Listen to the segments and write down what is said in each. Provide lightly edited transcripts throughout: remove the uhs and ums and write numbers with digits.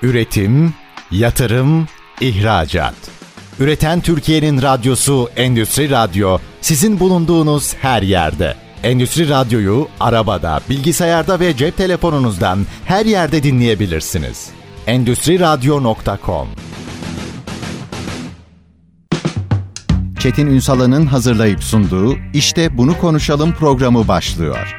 Üretim, yatırım, ihracat. Üreten Türkiye'nin radyosu Endüstri Radyo, sizin bulunduğunuz her yerde. Endüstri Radyo'yu arabada, bilgisayarda ve cep telefonunuzdan her yerde dinleyebilirsiniz. Endüstriradyo.com. Çetin Ünsal'ın hazırlayıp sunduğu İşte Bunu Konuşalım programı başlıyor.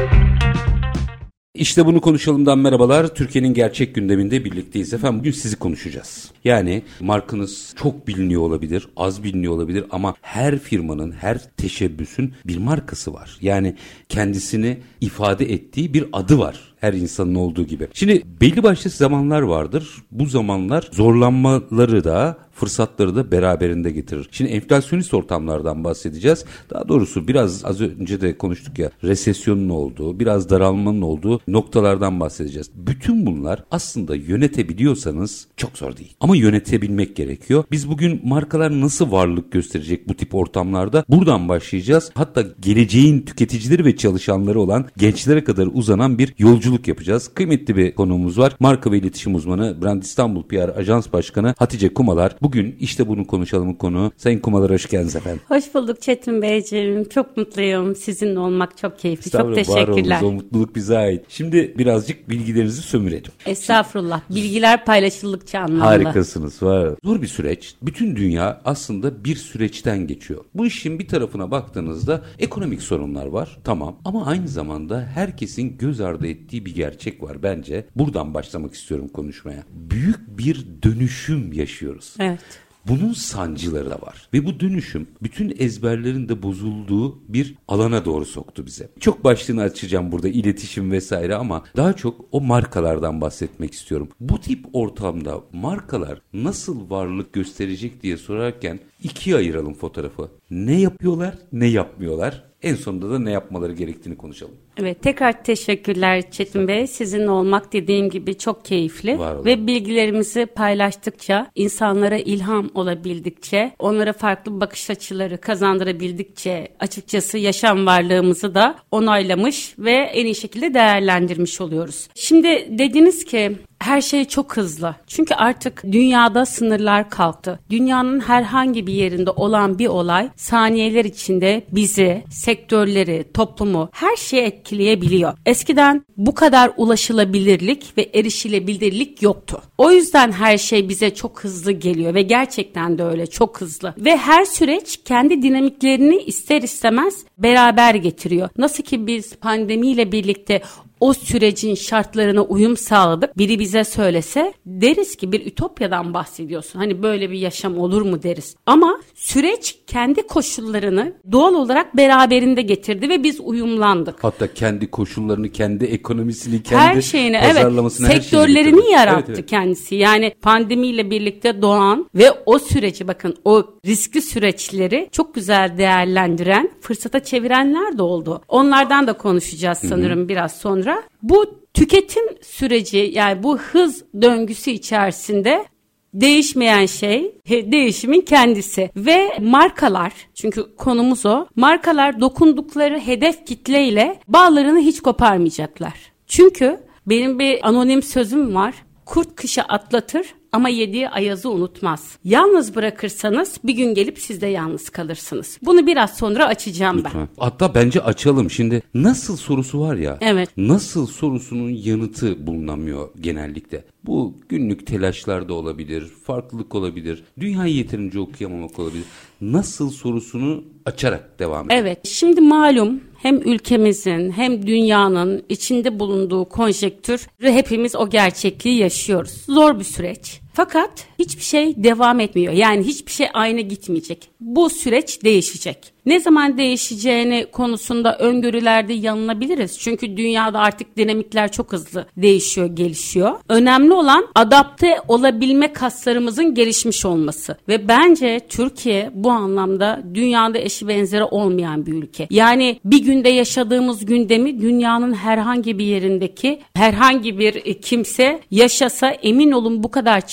İşte Bunu Konuşalım'dan merhabalar. Türkiye'nin gerçek gündeminde birlikteyiz. Efendim bugün sizi konuşacağız. Yani markanız çok biliniyor olabilir, az biliniyor olabilir ama her firmanın, her teşebbüsün bir markası var. Yani kendisini ifade ettiği bir adı var. Her insanın olduğu gibi. Şimdi belli başlı zamanlar vardır. Bu zamanlar zorlanmaları da fırsatları da beraberinde getirir. Şimdi enflasyonist ortamlardan bahsedeceğiz. Daha doğrusu biraz az önce de konuştuk ya, resesyonun olduğu, biraz daralmanın olduğu noktalardan bahsedeceğiz. Bütün bunlar aslında yönetebiliyorsanız çok zor değil. Ama yönetebilmek gerekiyor. Biz bugün markalar nasıl varlık gösterecek bu tip ortamlarda? Buradan başlayacağız. Hatta geleceğin tüketicileri ve çalışanları olan gençlere kadar uzanan bir yolculuk yapacağız. Kıymetli bir konuğumuz var. Marka ve iletişim uzmanı, Brand İstanbul PR Ajans Başkanı Hatice Kumalar. Bugün işte bunu konuşalım konuğu. Sayın Kumalar, hoş geldiniz efendim. Hoş bulduk Çetin Beyciğim. Çok mutluyum. Sizinle olmak çok keyifli. Çok teşekkürler. Var olunuz, o mutluluk bize ait. Şimdi birazcık bilgilerinizi sömürelim. Estağfurullah. Bilgiler paylaşıldıkça anlamlı. Harikasınız. Var. Zor bir süreç. Bütün dünya aslında bir süreçten geçiyor. Bu işin bir tarafına baktığınızda ekonomik sorunlar var. Tamam. Ama aynı zamanda herkesin göz ardı ettiği bir gerçek var bence. Buradan başlamak istiyorum konuşmaya. Büyük bir dönüşüm yaşıyoruz. Evet. Bunun sancıları da var. Ve bu dönüşüm bütün ezberlerin de bozulduğu bir alana doğru soktu bize. Çok başlığını açacağım burada, iletişim vesaire, ama daha çok o markalardan bahsetmek istiyorum. Bu tip ortamda markalar nasıl varlık gösterecek diye sorarken ikiye ayıralım fotoğrafı. Ne yapıyorlar, ne yapmıyorlar? En sonunda da ne yapmaları gerektiğini konuşalım. Evet, tekrar teşekkürler Çetin Bey. Sizinle olmak dediğim gibi çok keyifli. Ve bilgilerimizi paylaştıkça, insanlara ilham olabildikçe, onlara farklı bakış açıları kazandırabildikçe açıkçası yaşam varlığımızı da onaylamış ve en iyi şekilde değerlendirmiş oluyoruz. Şimdi dediniz ki her şey çok hızlı. Çünkü artık dünyada sınırlar kalktı. Dünyanın herhangi bir yerinde olan bir olay saniyeler içinde bizi, sektörleri, toplumu, her şeyi etkileyebiliyor. Eskiden bu kadar ulaşılabilirlik ve erişilebilirlik yoktu. O yüzden her şey bize çok hızlı geliyor ve gerçekten de öyle, çok hızlı. Ve her süreç kendi dinamiklerini ister istemez beraber getiriyor. Nasıl ki biz pandemiyle birlikte o sürecin şartlarına uyum sağladık. Biri bize söylese deriz ki bir ütopyadan bahsediyorsun. Hani böyle bir yaşam olur mu deriz. Ama süreç kendi koşullarını doğal olarak beraberinde getirdi ve biz uyumlandık. Hatta kendi koşullarını, kendi ekonomisini, kendi her şeyini, pazarlamasını, evet, sektörlerini her yarattı evet. kendisi. Yani pandemiyle birlikte doğan ve o süreci, bakın o riskli süreçleri çok güzel değerlendiren, fırsata çevirenler de oldu. Onlardan da konuşacağız sanırım biraz sonra. Bu tüketim süreci, yani bu hız döngüsü içerisinde değişmeyen şey değişimin kendisi ve markalar, çünkü konumuz o. Markalar dokundukları hedef kitleyle bağlarını hiç koparmayacaklar. Çünkü benim bir anonim sözüm var. Kurt kışı atlatır ama yediği ayazı unutmaz. Yalnız bırakırsanız bir gün gelip siz de yalnız kalırsınız. Bunu biraz sonra açacağım lütfen. Ben. Hatta bence açalım. Şimdi nasıl sorusu var ya. Evet. Nasıl sorusunun yanıtı bulunamıyor genellikle. Bu günlük telaşlarda olabilir, farklılık olabilir, dünyayı yeterince okuyamamak olabilir. Nasıl sorusunu açarak devam edelim. Evet. Şimdi malum hem ülkemizin hem dünyanın içinde bulunduğu konjektür ve hepimiz o gerçekliği yaşıyoruz. Zor bir süreç. Fakat hiçbir şey devam etmiyor. Yani hiçbir şey aynı gitmeyecek. Bu süreç değişecek. Ne zaman değişeceğini konusunda öngörülerde yanılabiliriz. Çünkü dünyada artık dinamikler çok hızlı değişiyor, gelişiyor. Önemli olan adapte olabilme kaslarımızın gelişmiş olması. Ve bence Türkiye bu anlamda dünyada eşi benzeri olmayan bir ülke. Yani bir günde yaşadığımız gündemi dünyanın herhangi bir yerindeki herhangi bir kimse yaşasa, emin olun bu kadar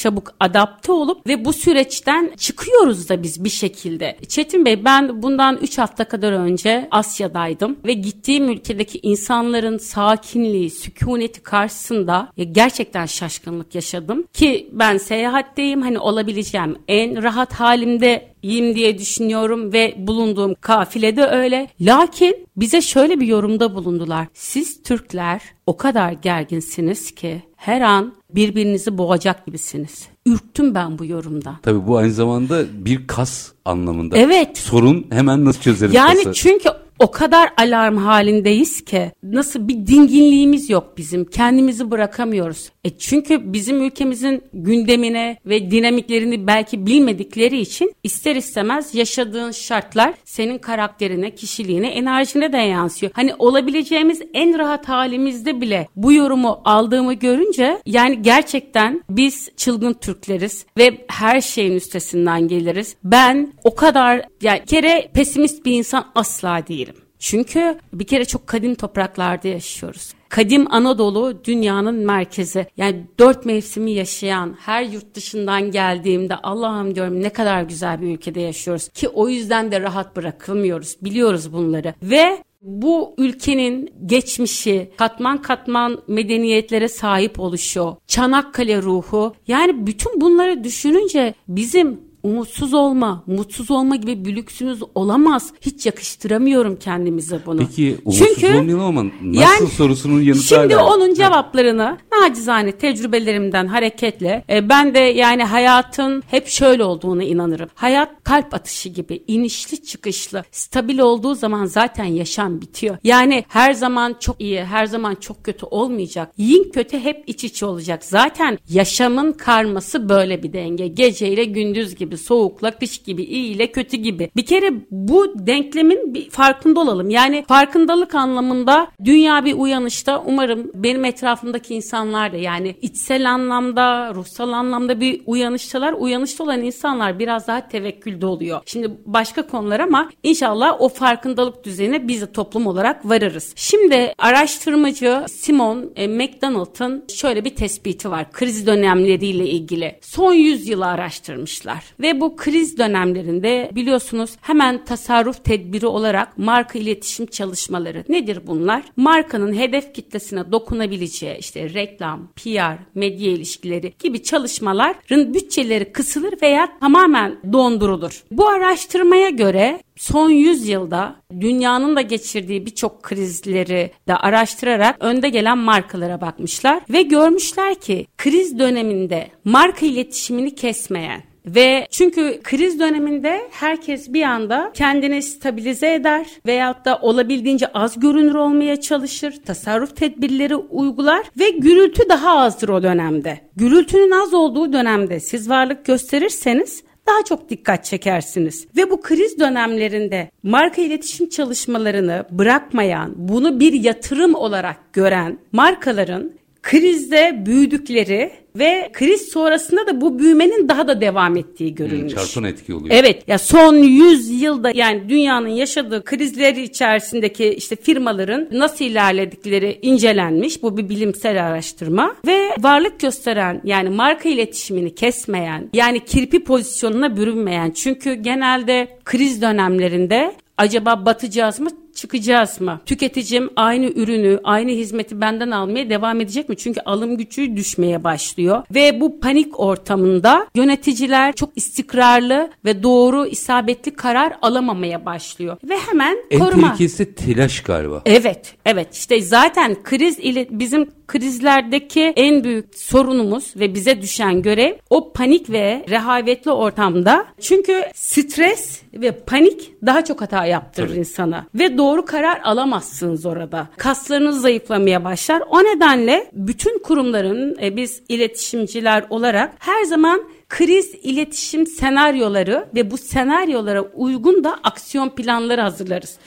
çabuk adapte olup ve bu süreçten çıkıyoruz da biz bir şekilde. Çetin Bey, ben bundan 3 hafta kadar önce Asya'daydım ve gittiğim ülkedeki insanların sakinliği, sükuneti karşısında gerçekten şaşkınlık yaşadım ki ben seyahatteyim, hani olabileceğim en rahat halimdeyim diye düşünüyorum ve bulunduğum kafilede öyle. Lakin bize şöyle bir yorumda bulundular: siz Türkler o kadar gerginsiniz ki her an birbirinizi boğacak gibisiniz. Ürktüm ben bu yorumda. Tabii bu aynı zamanda bir kas anlamında. Evet. Sorun hemen nasıl çözeriz? Yani kası? çünkü o kadar alarm halindeyiz ki nasıl bir dinginliğimiz yok bizim. Kendimizi bırakamıyoruz. Çünkü bizim ülkemizin gündemine ve dinamiklerini belki bilmedikleri için ister istemez yaşadığın şartlar senin karakterine, kişiliğine, enerjine de yansıyor. Hani olabileceğimiz en rahat halimizde bile bu yorumu aldığımı görünce yani gerçekten biz çılgın Türkleriz ve her şeyin üstesinden geliriz. Ben o kadar yani kere pesimist bir insan asla değilim. Çünkü bir kere çok kadim topraklarda yaşıyoruz. Kadim Anadolu dünyanın merkezi. Yani 4 mevsimi yaşayan, her yurt dışından geldiğimde Allah'ım diyorum ne kadar güzel bir ülkede yaşıyoruz. Ki o yüzden de rahat bırakılmıyoruz. Biliyoruz bunları. Ve bu ülkenin geçmişi, katman katman medeniyetlere sahip oluşu, Çanakkale ruhu, yani bütün bunları düşününce bizim umutsuz olma, mutsuz olma gibi bir lüksümüz olamaz. Hiç yakıştıramıyorum kendimize bunu. Peki umutsuz olmayalım ama nasıl yani, sorusunun yanıtı şimdi hala. Onun cevaplarını nacizane tecrübelerimden hareketle ben de yani hayatın hep şöyle olduğuna inanırım. Hayat kalp atışı gibi inişli çıkışlı, stabil olduğu zaman zaten yaşam bitiyor. Yani her zaman çok iyi, her zaman çok kötü olmayacak. Yin kötü hep iç içe olacak. Zaten yaşamın karması böyle bir denge. Gece ile gündüz gibi, soğukla kış gibi, iyi ile kötü gibi. Bir kere bu denklemin bir farkında olalım. Yani farkındalık anlamında dünya bir uyanışta, umarım benim etrafımdaki insanlar da yani içsel anlamda, ruhsal anlamda bir uyanıştalar. Uyanışta olan insanlar biraz daha tevekkülde oluyor. Şimdi başka konular ama inşallah o farkındalık düzeyine biz de toplum olarak varırız. Şimdi araştırmacı Simon McDonald'ın şöyle bir tespiti var. Kriz dönemleriyle ilgili. Son 100 yılı araştırmışlar. Ve bu kriz dönemlerinde biliyorsunuz hemen tasarruf tedbiri olarak marka iletişim çalışmaları. Nedir bunlar? Markanın hedef kitlesine dokunabileceği işte reklam, PR, medya ilişkileri gibi çalışmaların bütçeleri kısılır veya tamamen dondurulur. Bu araştırmaya göre son 100 yılda dünyanın da geçirdiği birçok krizleri de araştırarak önde gelen markalara bakmışlar ve görmüşler ki kriz döneminde marka iletişimini kesmeyen ve çünkü kriz döneminde herkes bir anda kendini stabilize eder veyahut da olabildiğince az görünür olmaya çalışır, tasarruf tedbirleri uygular ve gürültü daha azdır o dönemde. Gürültünün az olduğu dönemde siz varlık gösterirseniz daha çok dikkat çekersiniz. Ve bu kriz dönemlerinde marka iletişim çalışmalarını bırakmayan, bunu bir yatırım olarak gören markaların krizde büyüdükleri ve kriz sonrasında da bu büyümenin daha da devam ettiği görülmüş. Çarpan etki oluyor. Evet, ya son 100 yılda yani dünyanın yaşadığı krizleri içerisindeki işte firmaların nasıl ilerledikleri incelenmiş. Bu bir bilimsel araştırma ve varlık gösteren yani marka iletişimini kesmeyen yani kirpi pozisyonuna bürünmeyen, çünkü genelde kriz dönemlerinde acaba batacağız mı, çıkacağız mı? Tüketicim aynı ürünü, aynı hizmeti benden almaya devam edecek mi? Çünkü alım gücü düşmeye başlıyor. Ve bu panik ortamında yöneticiler çok istikrarlı ve doğru, isabetli karar alamamaya başlıyor. Ve hemen koruma. En tehlikesi telaş galiba. Evet. İşte zaten kriz ile bizim krizlerdeki en büyük sorunumuz ve bize düşen görev o panik ve rehavetli ortamda. Çünkü stres ve panik daha çok hata yaptırır insana. Ve doğru karar alamazsınız orada. Kaslarınız zayıflamaya başlar. O nedenle bütün kurumların biz iletişimciler olarak her zaman kriz iletişim senaryoları ve bu senaryolara uygun da aksiyon planları hazırlarız.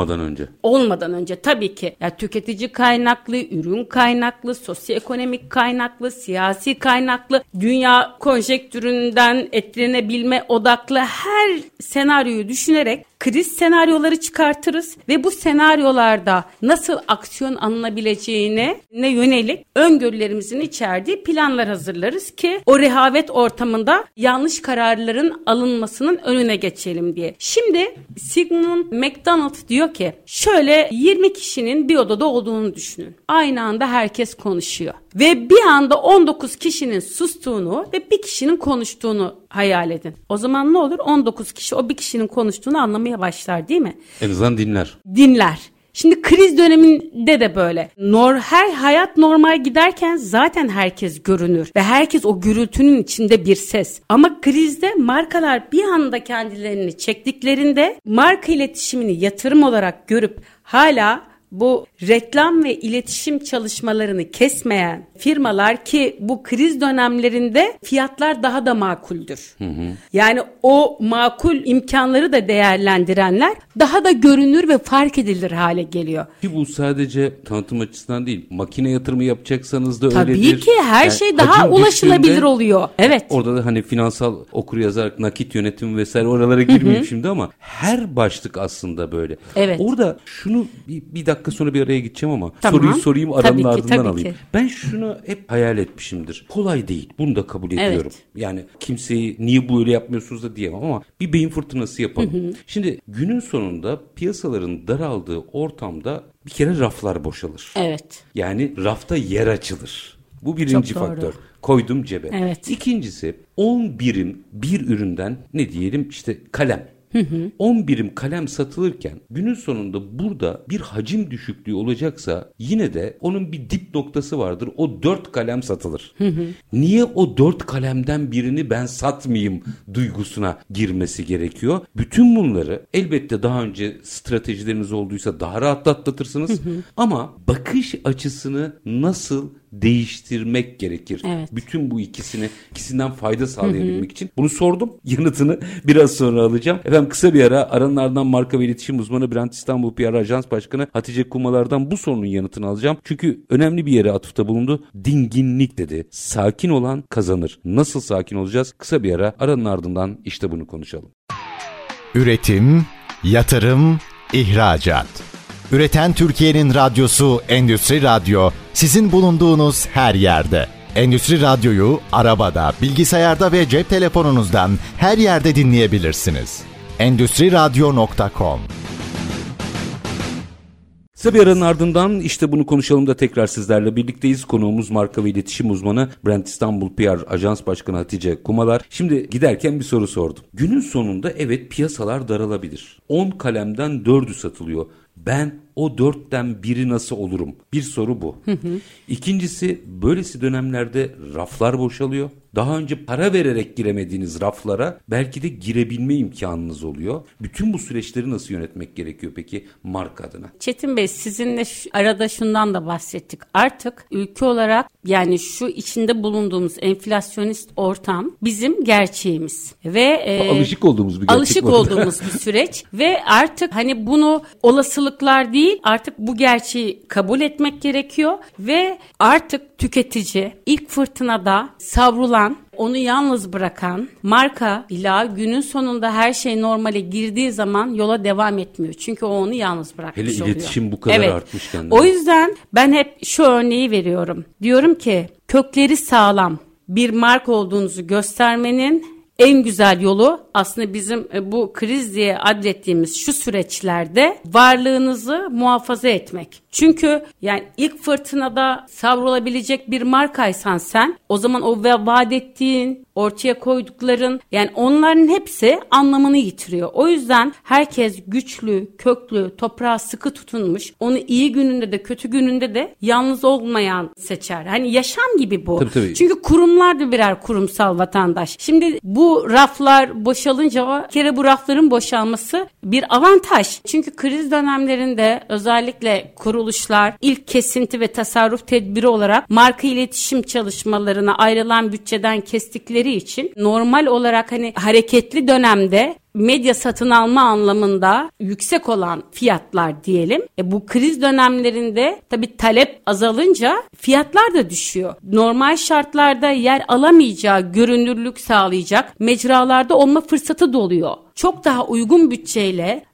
Olmadan önce tabii ki. Ya tüketici kaynaklı, ürün kaynaklı, sosyoekonomik kaynaklı, siyasi kaynaklı, dünya konjektüründen etkilenebilme odaklı her senaryoyu düşünerek kriz senaryoları çıkartırız ve bu senaryolarda nasıl aksiyon alınabileceğine yönelik öngörülerimizin içerdiği planlar hazırlarız ki o rehavet ortamında yanlış kararların alınmasının önüne geçelim diye. Şimdi Sigmund McDonald diyor ki şöyle 20 kişinin bir odada olduğunu düşünün. Aynı anda herkes konuşuyor. Ve bir anda 19 kişinin sustuğunu ve bir kişinin konuştuğunu hayal edin. O zaman ne olur? 19 kişi o bir kişinin konuştuğunu anlamaya başlar değil mi? En azından Dinler. Şimdi kriz döneminde de böyle. Her hayat normal giderken zaten herkes görünür ve herkes o gürültünün içinde bir ses. Ama krizde markalar bir anda kendilerini çektiklerinde marka iletişimini yatırım olarak görüp hala bu reklam ve iletişim çalışmalarını kesmeyen firmalar ki bu kriz dönemlerinde fiyatlar daha da makuldür. Yani o makul imkanları da değerlendirenler daha da görünür ve fark edilir hale geliyor. Ki bu sadece tanıtım açısından değil, makine yatırımı yapacaksanız da tabii öyledir. Tabii ki her şey daha ulaşılabilir oluyor. Evet. Orada da hani finansal okur-yazar, nakit yönetimi vesaire oralara girmeyeyim şimdi ama her başlık aslında böyle. Evet. Orada şunu bir dakika sonra bir araya gideceğim ama tamam. soruyu sorayım aranın ardından tabii alayım. Ki. Ben şunu hep hayal etmişimdir. Kolay değil. Bunu da kabul ediyorum. Evet. Yani kimseyi niye böyle yapmıyorsunuz da diyemem ama bir beyin fırtınası yapalım. Şimdi günün sonunda piyasaların daraldığı ortamda bir kere raflar boşalır. Evet. Yani rafta yer açılır. Bu birinci faktör. Koydum cebe. Evet. İkincisi 10 birim bir üründen ne diyelim işte kalem. 10 birim kalem satılırken günün sonunda burada bir hacim düşüklüğü olacaksa yine de onun bir dip noktası vardır. O 4 kalem satılır. Niye o 4 kalemden birini ben satmayayım duygusuna girmesi gerekiyor. Bütün bunları elbette daha önce stratejileriniz olduysa daha rahat atlatırsınız. Ama bakış açısını nasıl değiştirmek gerekir. Evet. Bütün bu ikisinden fayda sağlayabilmek için. Bunu sordum. Yanıtını biraz sonra alacağım. Efendim kısa bir ara. Aranın ardından marka ve iletişim uzmanı Brand İstanbul PR Ajans Başkanı Hatice Kumalar'dan bu sorunun yanıtını alacağım. Çünkü önemli bir yere atıfta bulundu. Dinginlik dedi. Sakin olan kazanır. Nasıl sakin olacağız? Kısa bir ara. Aranın ardından işte bunu konuşalım. Üretim, yatırım, ihracat. Üreten Türkiye'nin radyosu Endüstri Radyo, sizin bulunduğunuz her yerde. Endüstri Radyo'yu arabada, bilgisayarda ve cep telefonunuzdan her yerde dinleyebilirsiniz. Endüstriradyo.com. Kısa bir aranın ardından işte bunu konuşalım da tekrar sizlerle birlikteyiz. Konuğumuz marka ve iletişim uzmanı Brand İstanbul PR Ajans Başkanı Hatice Kumalar. Şimdi giderken bir soru sordum. Günün sonunda evet piyasalar daralabilir. 10 kalemden 4'ü satılıyor. Ben o 4'ten biri nasıl olurum? Bir soru bu. İkincisi böylesi dönemlerde raflar boşalıyor. Daha önce para vererek giremediğiniz raflara belki de girebilme imkanınız oluyor. Bütün bu süreçleri nasıl yönetmek gerekiyor peki marka adına? Çetin Bey sizinle arada şundan da bahsettik. Artık ülke olarak yani şu içinde bulunduğumuz enflasyonist ortam bizim gerçeğimiz. Ve alışık olduğumuz bir gerçek. Alışık olduğumuz bir süreç ve artık hani bunu olasılıklar değil artık bu gerçeği kabul etmek gerekiyor ve artık tüketici ilk fırtınada savrulan, onu yalnız bırakan marka ila günün sonunda her şey normale girdiği zaman yola devam etmiyor. Çünkü o onu yalnız bırakmış oluyor. Hele iletişim bu kadar artmışken. O yüzden ben hep şu örneği veriyorum. Diyorum ki kökleri sağlam bir marka olduğunuzu göstermenin en güzel yolu aslında bizim bu kriz diye adlettiğimiz şu süreçlerde varlığınızı muhafaza etmek. Çünkü yani ilk fırtınada savrulabilecek bir markaysan sen o zaman o vaat ettiğin, ortaya koydukların yani onların hepsi anlamını yitiriyor. O yüzden herkes güçlü, köklü, toprağa sıkı tutunmuş, onu iyi gününde de kötü gününde de yalnız olmayan seçer. Hani yaşam gibi bu. Tabii. Çünkü kurumlar da birer kurumsal vatandaş. Şimdi bu raflar boşalınca bir kere bu rafların boşalması bir avantaj. Çünkü kriz dönemlerinde özellikle kuruluşlar ilk kesinti ve tasarruf tedbiri olarak marka iletişim çalışmalarına ayrılan bütçeden kestikleri için normal olarak hani hareketli dönemde medya satın alma anlamında yüksek olan fiyatlar diyelim. Bu kriz dönemlerinde tabii talep azalınca fiyatlar da düşüyor. Normal şartlarda yer alamayacağı görünürlük sağlayacak mecralarda olma fırsatı da oluyor. Çok daha uygun bütçeyle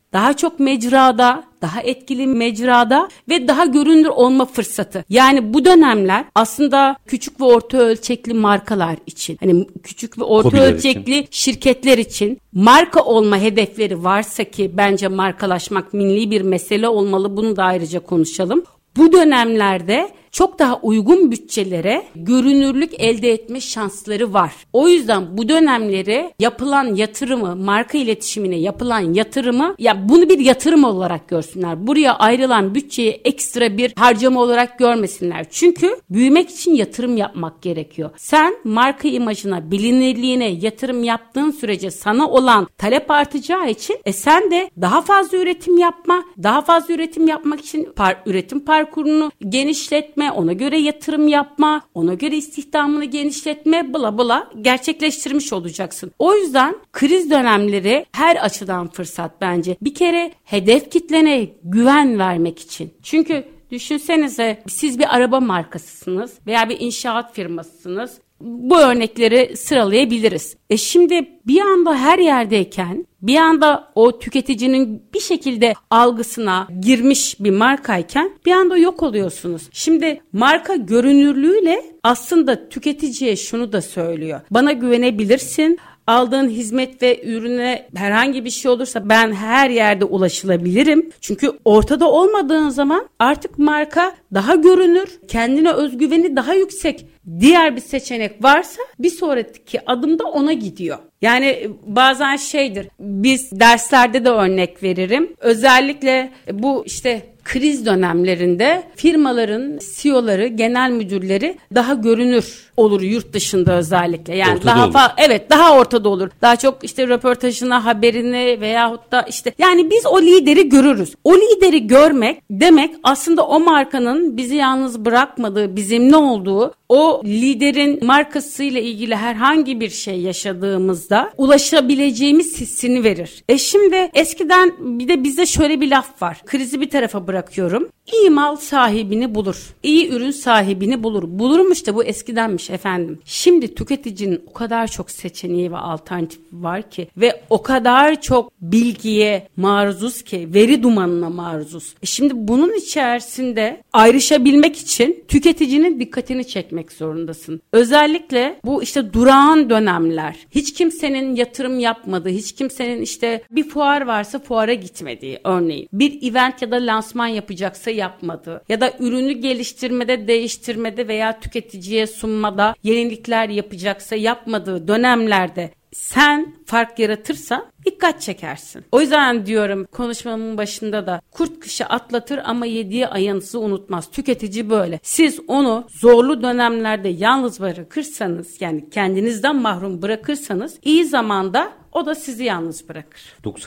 daha çok mecrada, daha etkili mecrada ve daha görünür olma fırsatı. Yani bu dönemler aslında küçük ve orta ölçekli markalar için, hani küçük ve orta Hobiler ölçekli için, şirketler için marka olma hedefleri varsa, ki bence markalaşmak milli bir mesele olmalı, bunu da ayrıca konuşalım. Bu dönemlerde çok daha uygun bütçelere görünürlük elde etme şansları var. O yüzden bu dönemleri yapılan yatırımı, marka iletişimine yapılan yatırımı, ya bunu bir yatırım olarak görsünler. Buraya ayrılan bütçeyi ekstra bir harcama olarak görmesinler. Çünkü büyümek için yatırım yapmak gerekiyor. Sen marka imajına, bilinirliğine yatırım yaptığın sürece sana olan talep artacağı için sen de daha fazla üretim yapma, daha fazla üretim yapmak için üretim parkurunu genişletme, ona göre yatırım yapma, ona göre istihdamını genişletme, bla bla gerçekleştirmiş olacaksın. O yüzden kriz dönemleri her açıdan fırsat bence. Bir kere hedef kitlene güven vermek için. Çünkü düşünsenize, siz bir araba markasısınız veya bir inşaat firmasısınız. Bu örnekleri sıralayabiliriz. Şimdi bir anda her yerdeyken, bir anda o tüketicinin bir şekilde algısına girmiş bir markayken bir anda yok oluyorsunuz. Şimdi marka görünürlüğüyle aslında tüketiciye şunu da söylüyor: bana güvenebilirsin. Aldığın hizmet ve ürüne herhangi bir şey olursa ben her yerde ulaşılabilirim. Çünkü ortada olmadığın zaman artık marka daha görünür, kendine özgüveni daha yüksek. Diğer bir seçenek varsa bir sonraki adımda ona gidiyor. Yani bazen şeydir, biz derslerde de örnek veririm. Özellikle bu kriz dönemlerinde firmaların CEO'ları, genel müdürleri daha görünür olur yurt dışında özellikle. Yani ortada daha ortada olur. Daha çok röportajına, haberini veyahut da yani biz o lideri görürüz. O lideri görmek demek aslında o markanın bizi yalnız bırakmadığı, bizimle olduğu, o liderin markasıyla ilgili herhangi bir şey yaşadığımızda ulaşabileceğimiz hissini verir. Şimdi eskiden bir de bize şöyle bir laf var. Krizi bir tarafa bırakıyorum. İyi mal sahibini bulur. İyi ürün sahibini bulur. Bulurmuş da bu eskidenmiş efendim. Şimdi tüketicinin o kadar çok seçeneği ve alternatifi var ki ve o kadar çok bilgiye maruzuz ki, veri dumanına maruzuz. Şimdi bunun içerisinde ayrışabilmek için tüketicinin dikkatini çekmek zorundasın. Özellikle bu durağan dönemler, hiç kimsenin yatırım yapmadığı, hiç kimsenin bir fuar varsa fuara gitmediği, örneğin bir event ya da lansman yapacaksa yapmadığı ya da ürünü geliştirmede, değiştirmede veya tüketiciye sunmada yenilikler yapacaksa yapmadığı dönemlerde sen fark yaratırsan dikkat çekersin. O yüzden diyorum konuşmamın başında da, kurt kışı atlatır ama yediği ayınızı unutmaz. Tüketici böyle. Siz onu zorlu dönemlerde yalnız bırakırsanız, yani kendinizden mahrum bırakırsanız, iyi zamanda o da sizi yalnız bırakır.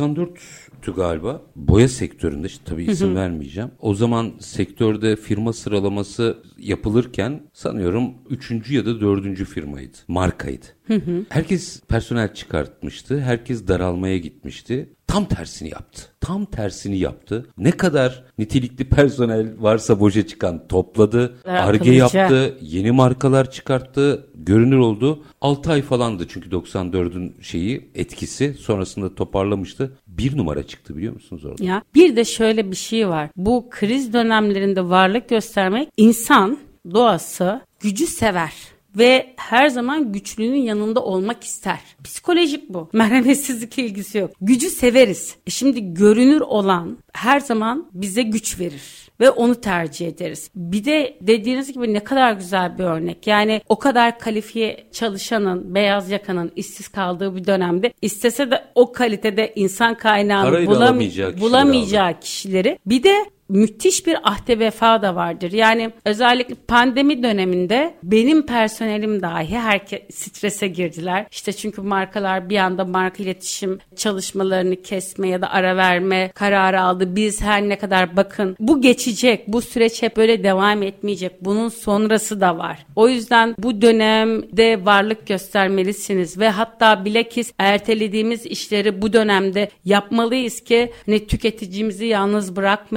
94'tü galiba boya sektöründe, tabii isim vermeyeceğim. O zaman sektörde firma sıralaması yapılırken sanıyorum 3. ya da 4. firmaydı. Markaydı. Herkes personel çıkartmıştı. Herkes daralmaya gitmişti. Tam tersini yaptı. Ne kadar nitelikli personel varsa boşa çıkan topladı. Ar-Ge yaptı. Yeni markalar çıkarttı. Görünür oldu. 6 ay falandı çünkü 94'ün etkisi. Sonrasında toparlamıştı. 1 numara çıktı, biliyor musunuz orada? Ya bir de şöyle bir şey var. Bu kriz dönemlerinde varlık göstermek, insan doğası gücü sever. Ve her zaman güçlünün yanında olmak ister. Psikolojik bu. Merhametsizlikle ilgisi yok. Gücü severiz. Şimdi görünür olan her zaman bize güç verir. Ve onu tercih ederiz. Bir de dediğiniz gibi ne kadar güzel bir örnek. Yani o kadar kalifiye çalışanın, beyaz yakanın işsiz kaldığı bir dönemde istese de o kalitede insan kaynağını bulamayacağı kişileri. Bir de müthiş bir ahde vefa da vardır. Yani özellikle pandemi döneminde benim personelim dahi herkes strese girdiler. Çünkü markalar bir anda marka iletişim çalışmalarını kesme ya da ara verme kararı aldı. Biz her ne kadar bakın bu geçecek, bu süreç hep öyle devam etmeyecek. Bunun sonrası da var. O yüzden bu dönemde varlık göstermelisiniz ve hatta bilakis ertelediğimiz işleri bu dönemde yapmalıyız ki tüketicimizi yalnız bırakmayalım.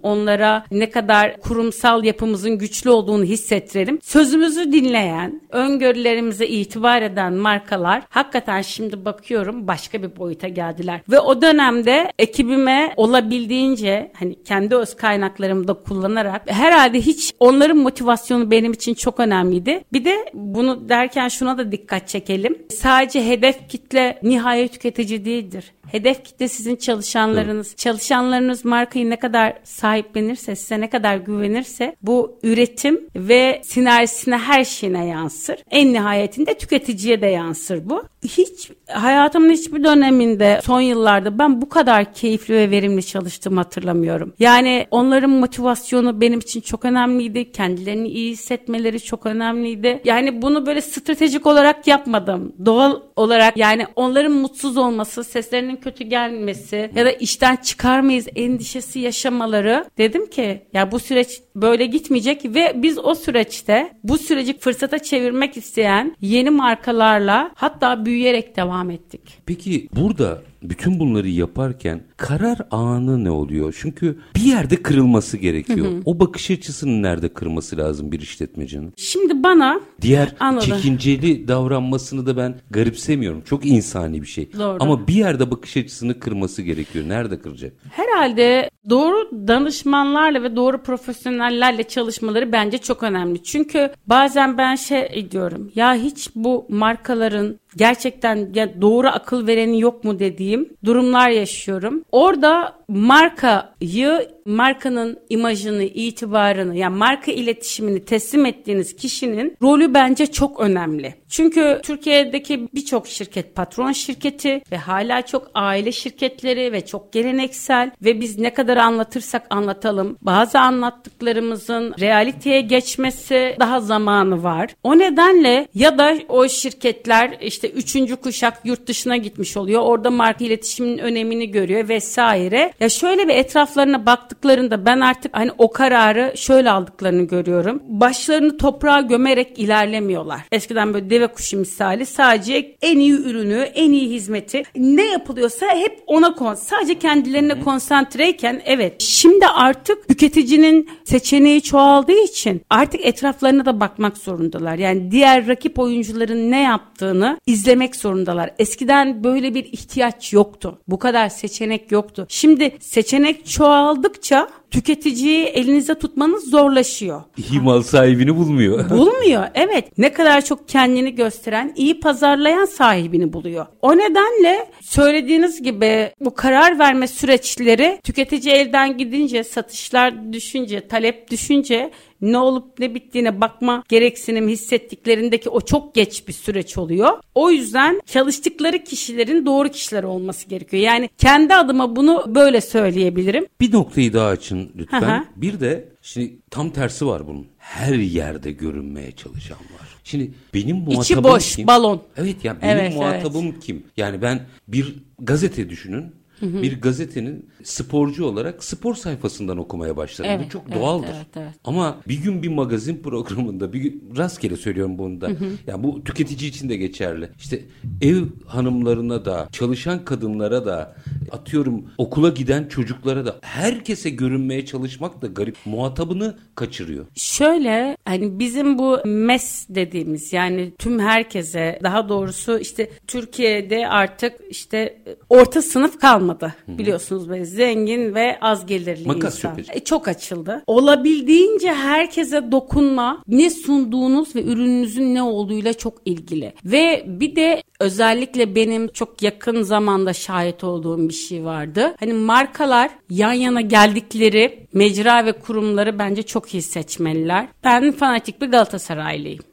onlara ne kadar kurumsal yapımızın güçlü olduğunu hissettirelim. Sözümüzü dinleyen, öngörülerimize itibar eden markalar hakikaten şimdi bakıyorum başka bir boyuta geldiler. Ve o dönemde ekibime olabildiğince hani kendi öz kaynaklarımı da kullanarak herhalde hiç onların motivasyonu benim için çok önemliydi. Bir de bunu derken şuna da dikkat çekelim. Sadece hedef kitle nihai tüketici değildir. Hedef kitle sizin çalışanlarınız. Evet. Çalışanlarınız markayı ne kadar sahiplenirse, size ne kadar güvenirse bu üretim ve sinerjisine her şeyine yansır. En nihayetinde tüketiciye de yansır bu. Hayatımın hiçbir döneminde son yıllarda ben bu kadar keyifli ve verimli çalıştığımı hatırlamıyorum. Yani onların motivasyonu benim için çok önemliydi. Kendilerini iyi hissetmeleri çok önemliydi. Yani bunu böyle stratejik olarak yapmadım. Doğal olarak yani onların mutsuz olması, seslerinin kötü gelmesi ya da işten çıkar mıyız endişesi yaşamaları, dedim ki ya bu süreç böyle gitmeyecek ve biz o süreçte bu süreci fırsata çevirmek isteyen yeni markalarla hatta büyüyerek devam ettik. Peki burada bütün bunları yaparken karar anı ne oluyor? Çünkü bir yerde kırılması gerekiyor. O bakış açısını nerede kırması lazım bir işletmecinin? Şimdi bana diğer çekinceli davranmasını da ben garipsemiyorum. Çok insani bir şey. Doğru. Ama bir yerde bakış açısını kırması gerekiyor. Nerede kıracak? Herhalde doğru danışmanlarla ve doğru profesyonellerle çalışmaları bence çok önemli. Çünkü bazen ben diyorum ya hiç bu markaların gerçekten ya doğru akıl vereni yok mu dediğim durumlar yaşıyorum. Orada markanın imajını, itibarını, yani marka iletişimini teslim ettiğiniz kişinin rolü bence çok önemli. Çünkü Türkiye'deki birçok şirket patron şirketi ve hala çok aile şirketleri ve çok geleneksel ve biz ne kadar anlatırsak anlatalım bazı anlattıklarımızın realiteye geçmesi daha zamanı var. O nedenle ya da o şirketler işte 3. kuşak yurt dışına gitmiş oluyor. Orada marka iletişiminin önemini görüyor vesaire. Ya şöyle bir etraflarına baktıklarında ben artık hani o kararı şöyle aldıklarını görüyorum. Başlarını toprağa gömerek ilerlemiyorlar. Eskiden böyle deve kuşu misali sadece en iyi ürünü, en iyi hizmeti ne yapılıyorsa hep ona sadece kendilerine konsantreyken evet şimdi artık tüketicinin seçeneği çoğaldığı için artık etraflarına da bakmak zorundalar. Yani diğer rakip oyuncuların ne yaptığını izlemek zorundalar. Eskiden böyle bir ihtiyaç yoktu. Bu kadar seçenek yoktu. Şimdi seçenek çoğaldıkça tüketiciyi elinizde tutmanız zorlaşıyor. İyi mal sahibini bulmuyor. Bulmuyor, evet. Ne kadar çok kendini gösteren, iyi pazarlayan sahibini buluyor. O nedenle söylediğiniz gibi bu karar verme süreçleri tüketici elden gidince, satışlar düşünce, talep düşünce ne olup ne bittiğine bakma gereksinim hissettiklerindeki o çok geç bir süreç oluyor. O yüzden çalıştıkları kişilerin doğru kişiler olması gerekiyor. Yani kendi adıma bunu böyle söyleyebilirim. Bir noktayı daha açın lütfen. Bir de şimdi tam tersi var bunun. Her yerde görünmeye çalışan var. Şimdi benim muhatabım İçi boş, kim? balon. Evet ya benim muhatabım kim? Yani ben bir gazete düşünün. Bir gazetenin sporcu olarak spor sayfasından okumaya başladım. Bu çok doğaldır. Evet. Ama bir gün bir magazin programında, bir gün rastgele söylüyorum bunu da. Yani bu tüketici için de geçerli. İşte ev hanımlarına da, çalışan kadınlara da, atıyorum okula giden çocuklara da herkese görünmeye çalışmak da garip. Muhatabını kaçırıyor. Şöyle hani bizim bu MES dediğimiz yani tüm herkese, daha doğrusu işte Türkiye'de artık işte orta sınıf kalmadı. Biliyorsunuz böyle zengin ve az gelirli makas insan. Çok açıldı. Olabildiğince herkese dokunma, ne sunduğunuz ve ürününüzün ne olduğuyla çok ilgili. Ve bir de özellikle benim çok yakın zamanda şahit olduğum bir şey vardı. Hani markalar yan yana geldikleri mecra ve kurumları bence çok iyi seçmeliler. Ben fanatik bir Galatasaraylıyım.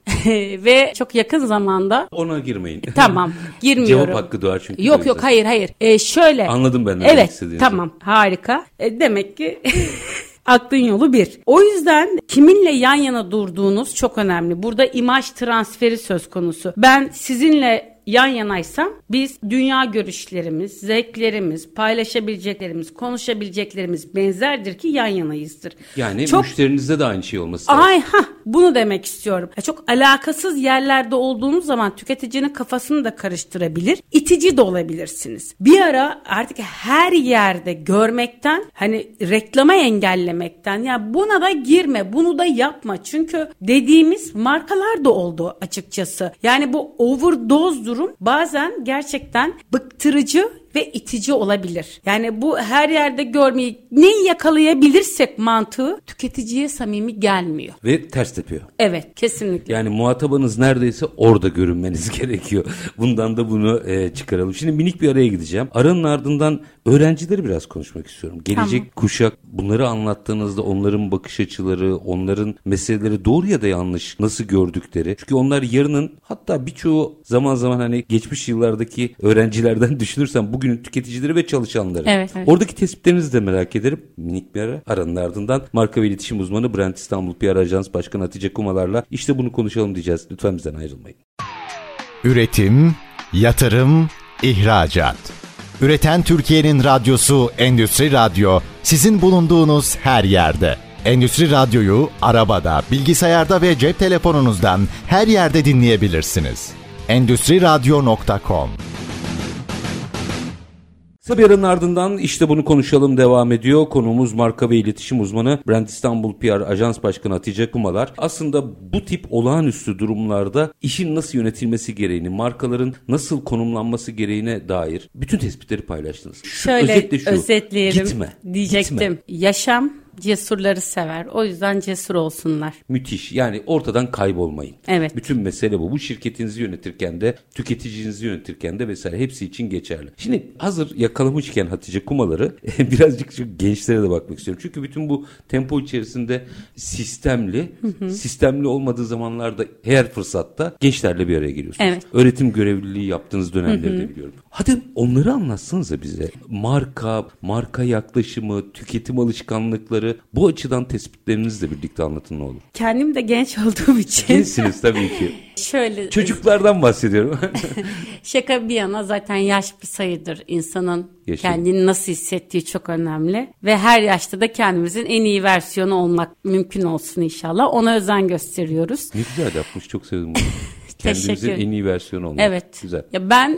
Ve çok yakın zamanda... Ona girmeyin. Tamam, girmiyorum. Cevap hakkı doğar çünkü. Yok hayır. Şöyle. Anladım ben. Evet, tamam, harika. Demek ki... Aklın yolu bir. O yüzden kiminle yan yana durduğunuz çok önemli. Burada imaj transferi söz konusu. Ben sizinle yan yanaysa biz dünya görüşlerimiz, zevklerimiz, paylaşabileceklerimiz, konuşabileceklerimiz benzerdir ki yan yanayızdır. Yani müşterinizde de aynı şey olması lazım. Bunu demek istiyorum. Çok alakasız yerlerde olduğunuz zaman tüketicinin kafasını da karıştırabilir. İtici de olabilirsiniz. Bir ara artık her yerde görmekten, hani reklama engellemekten, ya buna da girme, bunu da yapma. Çünkü dediğimiz markalar da oldu açıkçası. Yani bu overdose durum bazen gerçekten bıktırıcı ve itici olabilir. Yani bu her yerde görmeyi, neyi yakalayabilirsek mantığı tüketiciye samimi gelmiyor. Ve ters tepiyor. Evet, kesinlikle. Yani muhatabınız neredeyse orada görünmeniz gerekiyor. Bundan da bunu çıkaralım. Şimdi minik bir araya gideceğim. Aranın ardından öğrencileri biraz konuşmak istiyorum. Gelecek kuşak, bunları anlattığınızda onların bakış açıları, onların meseleleri doğru ya da yanlış nasıl gördükleri. Çünkü onlar yarının, hatta birçoğu zaman zaman hani geçmiş yıllardaki öğrencilerden düşünürsem bugünün tüketicileri ve çalışanları. Evet. Oradaki tespitlerinizi de merak ederim. Minik bir ara. Aranın ardından marka ve iletişim uzmanı Brand İstanbul PR Ajans Başkanı Hatice Kumalar'la işte bunu konuşalım diyeceğiz. Lütfen bizden ayrılmayın. Üretim, yatırım, ihracat. Üreten Türkiye'nin radyosu Endüstri Radyo, sizin bulunduğunuz her yerde. Endüstri Radyo'yu arabada, bilgisayarda ve cep telefonunuzdan her yerde dinleyebilirsiniz. Endüstriradyo.com. Kısa bir aranın ardından işte bunu konuşalım devam ediyor. Konuğumuz marka ve iletişim uzmanı Brand İstanbul PR Ajans Başkanı Hatice Kumalar. Aslında bu tip olağanüstü durumlarda işin nasıl yönetilmesi gereğini, markaların nasıl konumlanması gereğine dair bütün tespitleri paylaştınız. Şöyle özetleyelim diyecektim. Gitme. Yaşam cesurları sever. O yüzden cesur olsunlar. Müthiş. Yani ortadan kaybolmayın. Evet. Bütün mesele bu. Bu şirketinizi yönetirken de, tüketicinizi yönetirken de vesaire hepsi için geçerli. Şimdi hazır yakalamışken Hatice Kumalar'ı birazcık şu gençlere de bakmak istiyorum. Çünkü bütün bu tempo içerisinde sistemli olmadığı zamanlarda her fırsatta gençlerle bir araya geliyorsunuz. Evet. Öğretim görevliliği yaptığınız dönemleri de biliyorum. Hadi onları anlatsanıza bize. Marka yaklaşımı, tüketim alışkanlıkları, bu açıdan tespitlerinizle birlikte anlatın ne olur. Kendim de genç olduğum için. Gençsiniz tabii ki. Şöyle. Çocuklardan bahsediyorum. Şaka bir yana, zaten yaş bir sayıdır. İnsanın kendini nasıl hissettiği çok önemli. Ve her yaşta da kendimizin en iyi versiyonu olmak mümkün olsun inşallah. Ona özen gösteriyoruz. Ne güzel yapmış, çok sevdim bunu. Kendimizin en iyi versiyonu olmak. Evet. Güzel. Ya ben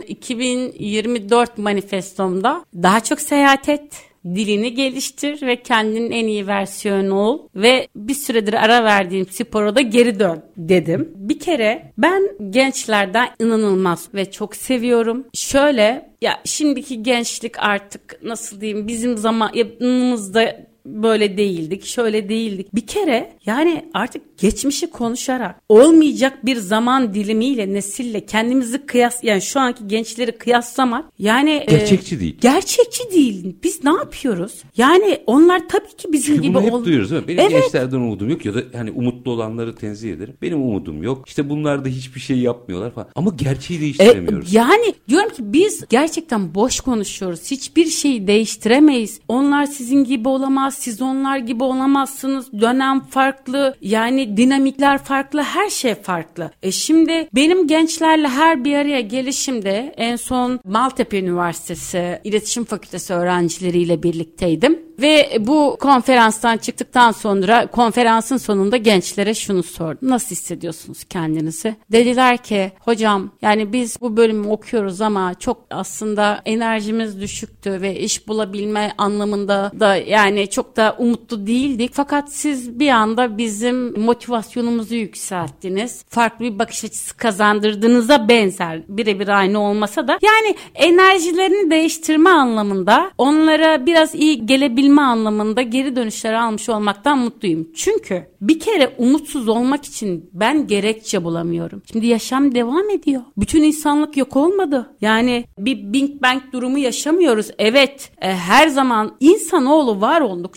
2024 manifestomda daha çok seyahat et, dilini geliştir ve kendinin en iyi versiyonu ol ve bir süredir ara verdiğim spora da geri dön dedim. Bir kere ben gençlerden inanılmaz ve çok seviyorum. Şöyle, ya şimdiki gençlik artık nasıl diyeyim, bizim zamanımızda böyle değildik, şöyle değildik. Bir kere yani artık geçmişi konuşarak, olmayacak bir zaman dilimiyle, nesille kendimizi yani şu anki gençleri kıyaslamak yani gerçekçi değil. Gerçekçi değil. Biz ne yapıyoruz? Yani onlar tabii ki bizim çünkü gibi bunu hep duyuyoruz değil mi? Benim gençlerden umudum yok ya da hani umutlu olanları tenzih ederim. Benim umudum yok. İşte bunlar da hiçbir şey yapmıyorlar falan. Ama gerçeği değiştiremiyoruz. Yani diyorum ki biz gerçekten boş konuşuyoruz. Hiçbir şeyi değiştiremeyiz. Onlar sizin gibi olamaz. Siz onlar gibi olamazsınız. Dönem farklı. Yani dinamikler farklı. Her şey farklı. Şimdi benim gençlerle her bir araya gelişimde en son Maltepe Üniversitesi İletişim Fakültesi öğrencileriyle birlikteydim. Ve bu konferanstan çıktıktan sonra konferansın sonunda gençlere şunu sordum. Nasıl hissediyorsunuz kendinizi? Dediler ki hocam yani biz bu bölümü okuyoruz ama çok aslında enerjimiz düşüktü ve iş bulabilme anlamında da yani çok da umutlu değildik. Fakat siz bir anda bizim motivasyonumuzu yükselttiniz. Farklı bir bakış açısı kazandırdığınıza benzer. Birebir aynı olmasa da yani enerjilerini değiştirme anlamında, onlara biraz iyi gelebilme anlamında geri dönüşler almış olmaktan mutluyum. Çünkü bir kere umutsuz olmak için ben gerekçe bulamıyorum. Şimdi yaşam devam ediyor. Bütün insanlık yok olmadı. Yani bir Big Bang durumu yaşamıyoruz. Evet, her zaman insanoğlu var oldukça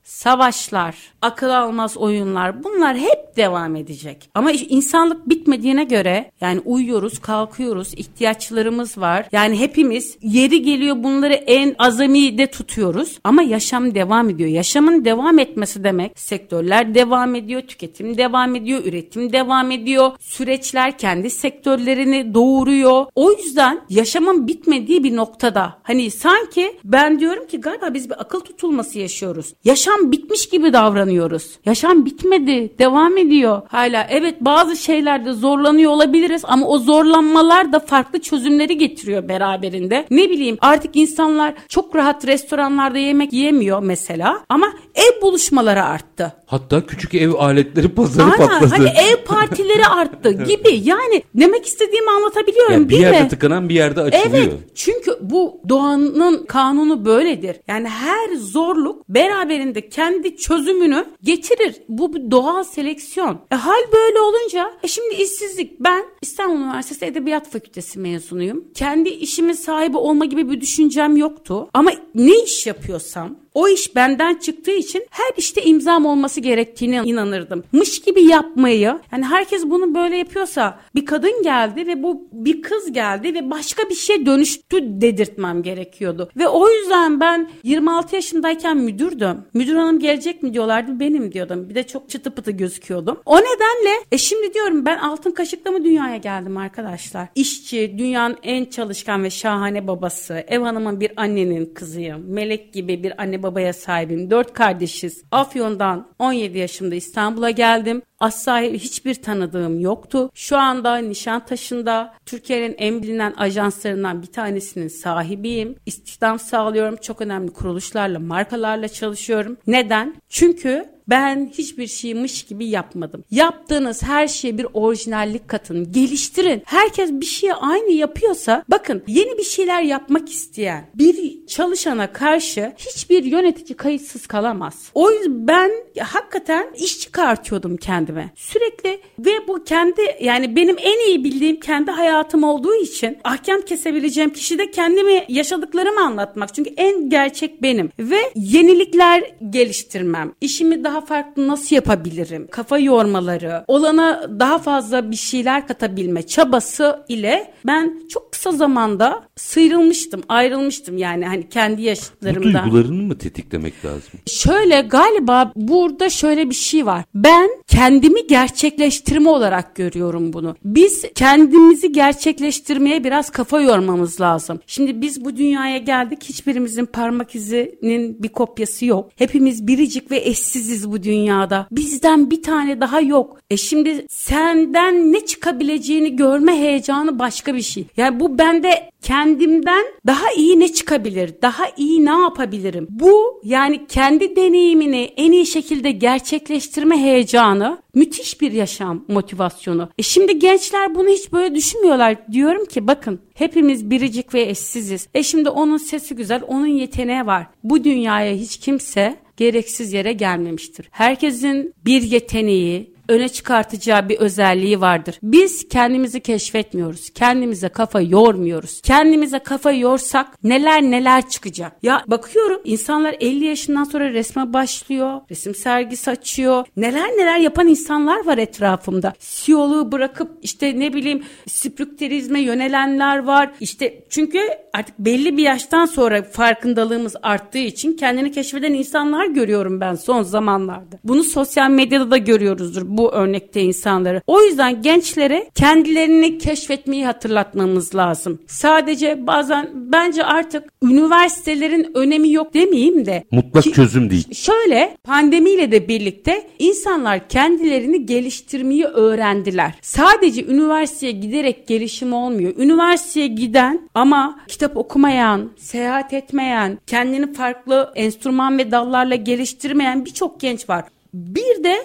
savaşlar, akıl almaz oyunlar, bunlar hep devam edecek. Ama insanlık bitmediğine göre, yani uyuyoruz, kalkıyoruz, ihtiyaçlarımız var. Yani hepimiz yeri geliyor bunları en azami de tutuyoruz. Ama yaşam devam ediyor. Yaşamın devam etmesi demek, sektörler devam ediyor, tüketim devam ediyor, üretim devam ediyor. Süreçler kendi sektörlerini doğuruyor. O yüzden yaşamın bitmediği bir noktada. Hani sanki ben diyorum ki galiba biz bir akıl tutulması yaşıyoruz. Yaşam bitmiş gibi davranıyoruz. Yaşam bitmedi, devam ediyor. Hala evet bazı şeylerde zorlanıyor olabiliriz ama o zorlanmalar da farklı çözümleri getiriyor beraberinde. Ne bileyim artık insanlar çok rahat restoranlarda yemek yiyemiyor mesela ama ev buluşmaları arttı. Hatta küçük ev aletleri pazarı patladı. Hani ev partileri arttı gibi. Yani demek istediğimi anlatabiliyorum yani değil mi? Bir yerde tıkanan bir yerde açılıyor. Evet, çünkü bu doğanın kanunu böyledir. Yani her zorluk beraberinde kendi çözümünü getirir. Bu bir doğal seleksiyon. Hal böyle olunca şimdi işsizlik. Ben İstanbul Üniversitesi Edebiyat Fakültesi mezunuyum. Kendi işimin sahibi olma gibi bir düşüncem yoktu. Ama ne iş yapıyorsam o iş benden çıktığı için her işte imzam olması gerektiğine inanırdım. Mış gibi yapmayı, yani herkes bunu böyle yapıyorsa bir kadın geldi ve bu bir kız geldi ve başka bir şeye dönüştü dedirtmem gerekiyordu. Ve o yüzden ben 26 yaşındayken müdürdüm. Müdür hanım gelecek mi diyorlardı, benim diyordum. Bir de çok çıtı pıtı gözüküyordum. O nedenle şimdi diyorum ben altın kaşıkla mı dünyaya geldim arkadaşlar? İşçi, dünyanın en çalışkan ve şahane babası, ev hanımın bir annenin kızıyım. Melek gibi bir anne babaya sahibim. 4 kardeşiz. Afyon'dan 17 yaşımda İstanbul'a geldim. Asla hiçbir tanıdığım yoktu. Şu anda Nişantaşı'nda Türkiye'nin en bilinen ajanslarından bir tanesinin sahibiyim. İstihdam sağlıyorum. Çok önemli kuruluşlarla, markalarla çalışıyorum. Neden? Çünkü ben hiçbir şeymiş gibi yapmadım. Yaptığınız her şeye bir orijinallik katın, geliştirin. Herkes bir şeyi aynı yapıyorsa, bakın yeni bir şeyler yapmak isteyen bir çalışana karşı hiçbir yönetici kayıtsız kalamaz. O yüzden ben hakikaten iş çıkartıyordum kendime. Sürekli ve bu kendi, yani benim en iyi bildiğim kendi hayatım olduğu için ahkam kesebileceğim kişi de kendimi, yaşadıklarımı anlatmak. Çünkü en gerçek benim ve yenilikler geliştirmem. İşimi daha farklı nasıl yapabilirim? Kafa yormaları, olana daha fazla bir şeyler katabilme çabası ile ben çok kısa zamanda sıyrılmıştım, ayrılmıştım yani hani kendi yaşıtlarımdan. Bu duygularını mı tetiklemek lazım? Şöyle, galiba burada şöyle bir şey var. Ben kendimi gerçekleştirme olarak görüyorum bunu. Biz kendimizi gerçekleştirmeye biraz kafa yormamız lazım. Şimdi biz bu dünyaya geldik. Hiçbirimizin parmak izinin bir kopyası yok. Hepimiz biricik ve eşsiziz bu dünyada. Bizden bir tane daha yok. Şimdi senden ne çıkabileceğini görme heyecanı başka bir şey. Yani bu bende kendimden daha iyi ne çıkabilir? Daha iyi ne yapabilirim? Bu yani kendi deneyimini en iyi şekilde gerçekleştirme heyecanı, müthiş bir yaşam motivasyonu. Şimdi gençler bunu hiç böyle düşünmüyorlar. Diyorum ki bakın hepimiz biricik ve eşsiziz. Şimdi onun sesi güzel, onun yeteneği var. Bu dünyaya hiç kimse gereksiz yere gelmemiştir. Herkesin bir yeteneği, öne çıkartacağı bir özelliği vardır. Biz kendimizi keşfetmiyoruz. Kendimize kafa yormuyoruz. Kendimize kafa yorsak neler çıkacak. Ya bakıyorum insanlar 50 yaşından sonra resme başlıyor. Resim sergisi açıyor. Neler yapan insanlar var etrafımda. CEO'luğu bırakıp ne bileyim spiritüelizme yönelenler var. Çünkü artık belli bir yaştan sonra farkındalığımız arttığı için kendini keşfeden insanlar görüyorum ben son zamanlarda. Bunu sosyal medyada da görüyoruzdur bu örnekte insanları. O yüzden gençlere kendilerini keşfetmeyi hatırlatmamız lazım. Sadece bazen bence artık üniversitelerin önemi yok demeyeyim de. Mutlak çözüm değil. Şöyle, pandemiyle de birlikte insanlar kendilerini geliştirmeyi öğrendiler. Sadece üniversiteye giderek gelişim olmuyor. Üniversiteye giden ama kitap okumayan, seyahat etmeyen, kendini farklı enstrüman ve dallarla geliştirmeyen birçok genç var. Bir de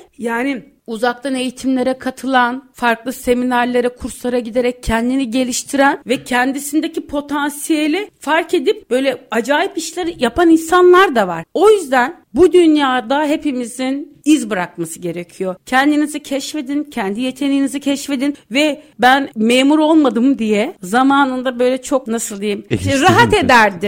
uzaktan eğitimlere katılan, farklı seminerlere, kurslara giderek kendini geliştiren ve kendisindeki potansiyeli fark edip böyle acayip işler yapan insanlar da var. O yüzden bu dünyada hepimizin iz bırakması gerekiyor. Kendinizi keşfedin, kendi yeteneğinizi keşfedin ve ben memur olmadım diye zamanında böyle çok rahat ederdin.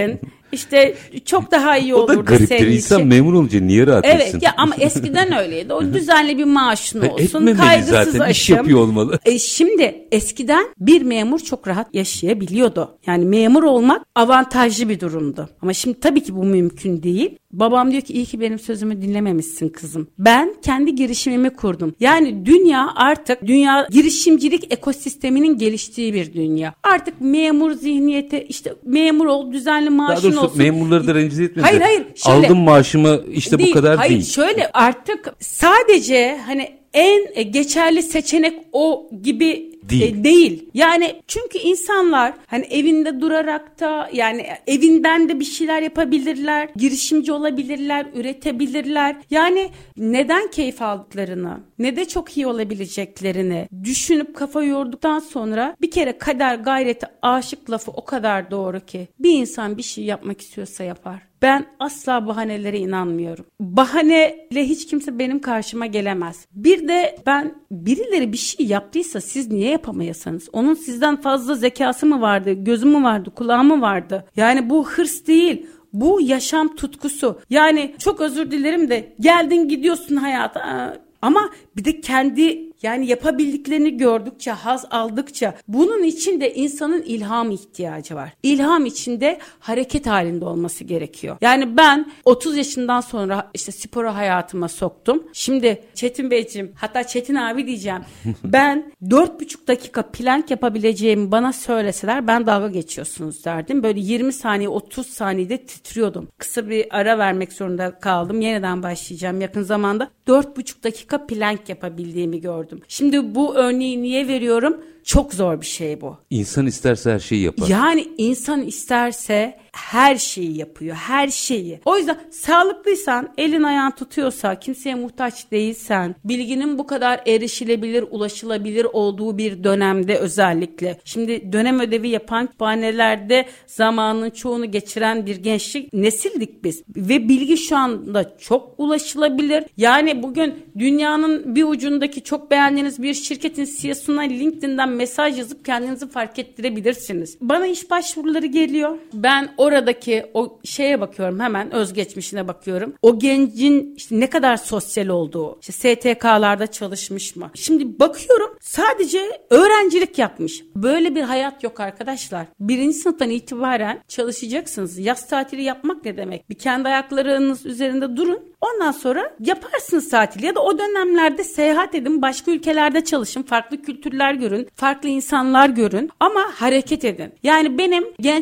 İşte çok daha iyi olurdu senin için. O da gariptir. İnsan memur olunca niye rahat etsin? Evet ya, ama eskiden öyleydi. O düzenli bir maaşın olsun. Etmemeli kaygısız zaten. aşım. İş yapıyor olmalı. Şimdi eskiden bir memur çok rahat yaşayabiliyordu. Yani memur olmak avantajlı bir durumdu. Ama şimdi tabii ki bu mümkün değil. Babam diyor ki iyi ki benim sözümü dinlememişsin kızım. Ben kendi girişimimi kurdum. Yani dünya artık girişimcilik ekosisteminin geliştiği bir dünya. Artık memur zihniyeti, işte memur ol, düzenli maaşın olsun. Daha doğrusu memurları da rencide etmedi. Hayır. Aldım maaşımı işte değil, bu kadar değil. Hayır şöyle, artık sadece hani en geçerli seçenek o gibi değil. Yani çünkü insanlar hani evinde durarak da, yani evinden de bir şeyler yapabilirler, girişimci olabilirler, üretebilirler. Yani neden keyif aldıklarını, ne de çok iyi olabileceklerini düşünüp kafa yorduktan sonra bir kere kader gayreti aşık lafı o kadar doğru ki bir insan bir şey yapmak istiyorsa yapar. Ben asla bahanelere inanmıyorum. Bahaneyle hiç kimse benim karşıma gelemez. Bir de birileri bir şey yaptıysa siz niye yapamayasınız? Onun sizden fazla zekası mı vardı, gözü mü vardı, kulağı mı vardı? Yani bu hırs değil. Bu yaşam tutkusu. Yani çok özür dilerim de geldin gidiyorsun hayata. Ama bir de kendi yapabildiklerini gördükçe, haz aldıkça bunun için de insanın ilham ihtiyacı var. İlham için de hareket halinde olması gerekiyor. Yani ben 30 yaşından sonra işte sporu hayatıma soktum. Şimdi Çetin Beyciğim, hatta Çetin abi diyeceğim. Ben 4,5 dakika plank yapabileceğimi bana söyleseler ben dalga geçiyorsunuz derdim. Böyle 20 saniye 30 saniyede titriyordum. Kısa bir ara vermek zorunda kaldım. Yeniden başlayacağım yakın zamanda. 4,5 dakika plank yapabildiğimi gördüm. Şimdi bu örneği niye veriyorum? Çok zor bir şey bu. İnsan isterse her şeyi yapar. Yani insan isterse her şeyi yapıyor. Her şeyi. O yüzden sağlıklıysan, elin ayağın tutuyorsa, kimseye muhtaç değilsen, bilginin bu kadar erişilebilir, ulaşılabilir olduğu bir dönemde özellikle. Şimdi dönem ödevi yapan kütüphanelerde zamanın çoğunu geçiren bir gençlik nesildik biz. Ve bilgi şu anda çok ulaşılabilir. Yani bugün dünyanın bir ucundaki çok beğendiğiniz bir şirketin CEO'suna LinkedIn'den mesaj yazıp kendinizi fark ettirebilirsiniz. Bana iş başvuruları geliyor. Ben oradaki o şeye bakıyorum, hemen özgeçmişine bakıyorum. O gencin işte ne kadar sosyal olduğu, işte STK'larda çalışmış mı? Şimdi bakıyorum sadece öğrencilik yapmış. Böyle bir hayat yok arkadaşlar. 1. sınıftan itibaren çalışacaksınız. Yaz tatili yapmak ne demek? Bir kendi ayaklarınız üzerinde durun. Ondan sonra yaparsınız tatil ya da o dönemlerde seyahat edin, başka ülkelerde çalışın, farklı kültürler görün, farklı insanlar görün ama hareket edin. Yani benim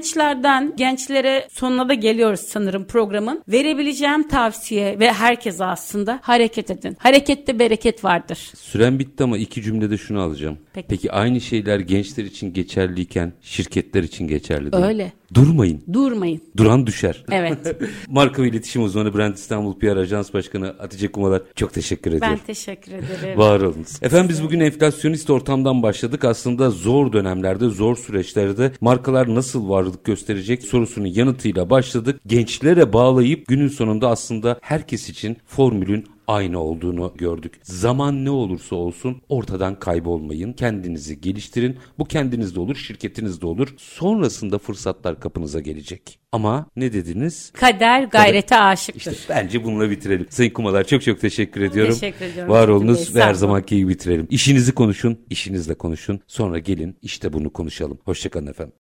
gençlere sonuna da geliyoruz sanırım programın. Verebileceğim tavsiye ve herkese aslında hareket edin. Harekette bereket vardır. Süren bitti ama 2 cümlede şunu alacağım. Peki aynı şeyler gençler için geçerliyken şirketler için geçerli değil mi? Öyle. Durmayın. Duran düşer. Evet. Marka ve İletişim Uzmanı Brand İstanbul PR Ajans Başkanı Hatice Kumalar, çok teşekkür ediyorum. Ben teşekkür ederim. Var olunuz. Efendim biz bugün enflasyonist ortamdan başladık. Aslında zor dönemlerde, zor süreçlerde markalar nasıl varlık gösterecek sorusunun yanıtıyla başladık. Gençlere bağlayıp günün sonunda aslında herkes için formülün aynı olduğunu gördük. Zaman ne olursa olsun ortadan kaybolmayın. Kendinizi geliştirin. Bu kendinizde olur, şirketinizde olur. Sonrasında fırsatlar kapınıza gelecek. Ama ne dediniz? Kader gayrete aşıktır. İşte bence bununla bitirelim. Sayın Kumalar çok teşekkür ediyorum. Teşekkür ediyorum. Var olunuz ve her zamanki gibi bitirelim. İşinizi konuşun, işinizle konuşun. Sonra gelin işte bunu konuşalım. Hoşçakalın efendim.